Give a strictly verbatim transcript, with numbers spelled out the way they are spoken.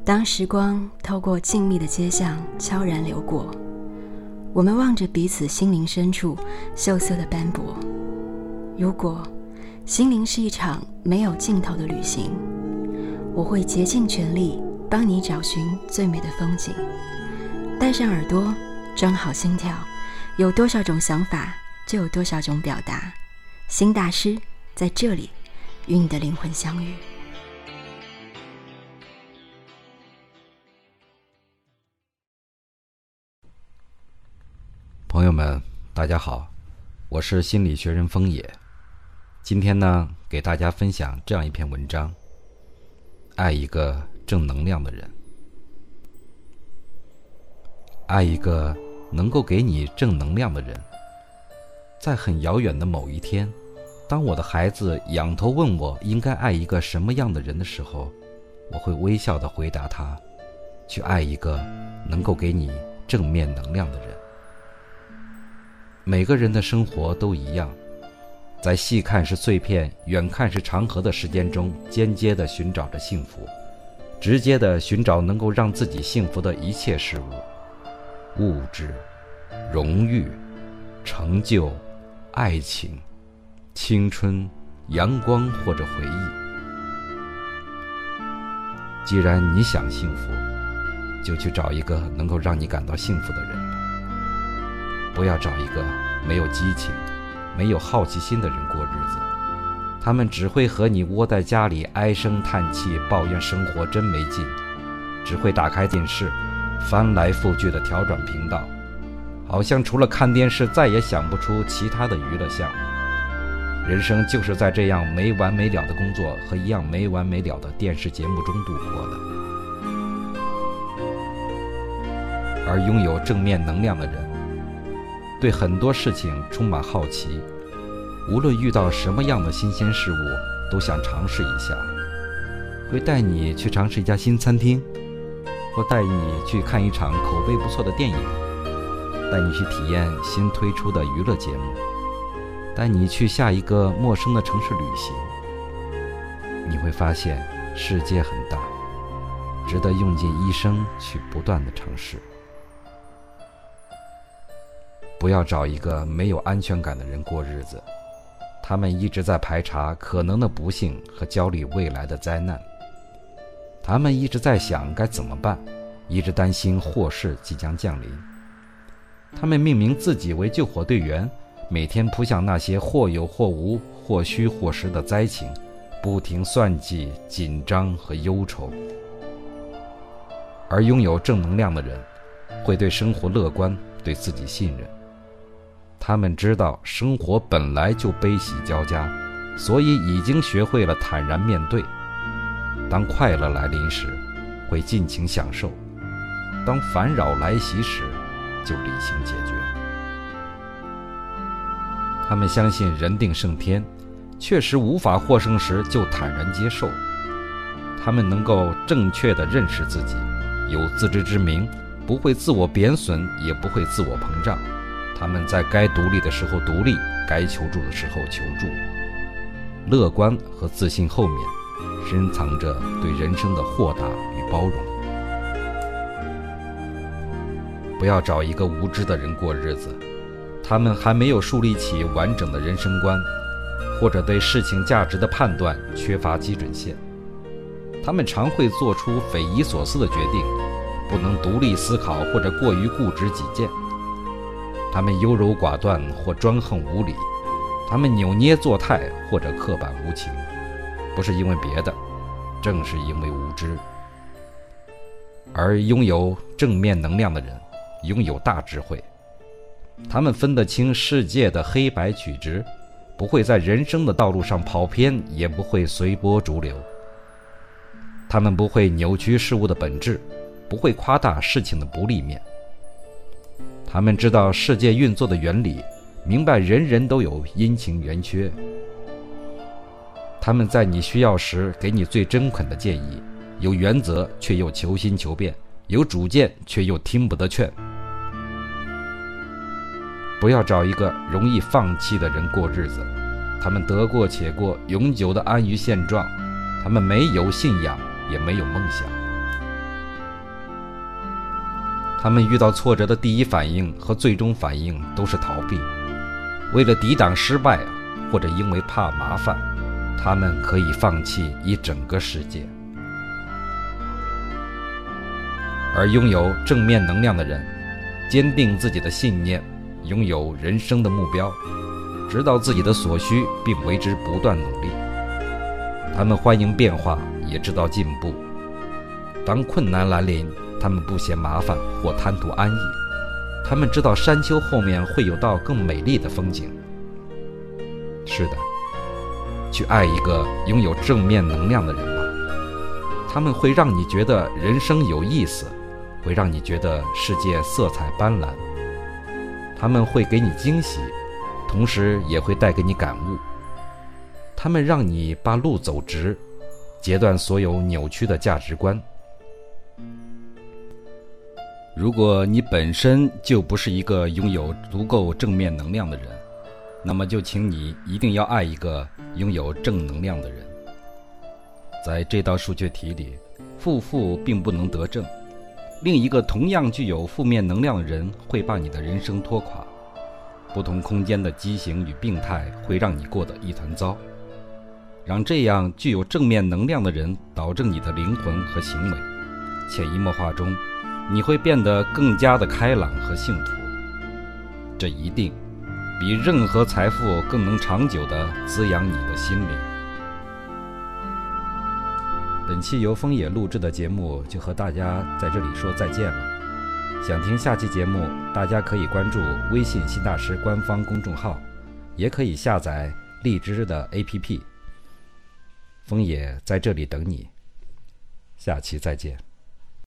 当时光透过静谧的街巷悄然流过，我们望着彼此心灵深处锈色的斑驳。如果心灵是一场没有尽头的旅行，我会竭尽全力帮你找寻最美的风景。带上耳朵，装好心跳，有多少种想法，就有多少种表达。心大师在这里与你的灵魂相遇。 朋友们，大家好，我是心理学人风野。今天呢，给大家分享这样一篇文章：爱一个正能量的人。爱一个能够给你正能量的人。在很遥远的某一天，当我的孩子仰头问我应该爱一个什么样的人的时候，我会微笑地回答他：去爱一个能够给你正面能量的人。每个人的生活都一样，在细看是碎片，远看是长河的时间中，间接地寻找着幸福，直接地寻找能够让自己幸福的一切事物，物质、荣誉、成就、爱情、青春、阳光或者回忆。既然你想幸福，就去找一个能够让你感到幸福的人，不要找一个没有激情、没有好奇心的人过日子。他们只会和你窝在家里唉声叹气，抱怨生活真没劲，只会打开电视翻来覆去的调转频道，好像除了看电视再也想不出其他的娱乐项目。人生就是在这样没完没了的工作和一样没完没了的电视节目中度过的。而拥有正面能量的人，对很多事情充满好奇，无论遇到什么样的新鲜事物都想尝试一下，会带你去尝试一家新餐厅，或带你去看一场口碑不错的电影，带你去体验新推出的娱乐节目，带你去下一个陌生的城市旅行。你会发现世界很大，值得用尽一生去不断的尝试。不要找一个没有安全感的人过日子，他们一直在排查可能的不幸和焦虑未来的灾难。他们一直在想该怎么办，一直担心祸事即将降临。他们命名自己为救火队员，每天扑向那些或有或无、或虚或实的灾情，不停算计、紧张和忧愁。而拥有正能量的人，会对生活乐观，对自己信任。他们知道生活本来就悲喜交加，所以已经学会了坦然面对。当快乐来临时，会尽情享受；当烦扰来袭时，就理性解决。他们相信人定胜天，确实无法获胜时就坦然接受。他们能够正确地认识自己，有自知之明，不会自我贬损，也不会自我膨胀。他们在该独立的时候独立，该求助的时候求助。乐观和自信后面深藏着对人生的豁达与包容。不要找一个无知的人过日子，他们还没有树立起完整的人生观，或者对事情价值的判断缺乏基准线。他们常会做出匪夷所思的决定，不能独立思考，或者过于固执己见。他们优柔寡断或专横无理，他们扭捏作态或者刻板无情，不是因为别的，正是因为无知。而拥有正面能量的人，拥有大智慧，他们分得清世界的黑白曲直，不会在人生的道路上跑偏，也不会随波逐流。他们不会扭曲事物的本质，不会夸大事情的不利面。他们知道世界运作的原理，明白人人都有阴晴圆缺。他们在你需要时给你最真恳的建议，有原则却又求新求变，有主见却又听不得劝。不要找一个容易放弃的人过日子，他们得过且过，永久的安于现状。他们没有信仰，也没有梦想。 他们遇到挫折的第一反应和最终反应都是逃避。为了抵挡失败，或者因为怕麻烦，他们可以放弃一整个世界。而拥有正面能量的人，坚定自己的信念，拥有人生的目标，知道自己的所需，并为之不断努力。他们欢迎变化，也知道进步。当困难来临，他们不嫌麻烦或贪图安逸，他们知道山丘后面会有道更美丽的风景。是的，去爱一个拥有正面能量的人吧，他们会让你觉得人生有意思，会让你觉得世界色彩斑斓，他们会给你惊喜，同时也会带给你感悟。他们让你把路走直，截断所有扭曲的价值观。如果你本身就不是一个拥有足够正面能量的人，那么就请你一定要爱一个拥有正能量的人。在这道数学题里，负负并不能得正，另一个同样具有负面能量的人会把你的人生拖垮。不同空间的畸形与病态会让你过得一团糟。让这样具有正面能量的人导正你的灵魂和行为，潜移默化中，你会变得更加的开朗和幸福。这一定比任何财富更能长久地滋养你的心灵。本期由枫叶录制的节目就和大家在这里说再见了。想听下期节目，大家可以关注微信新大师官方公众号，也可以下载荔枝的 A P P。枫叶在这里等你，下期再见。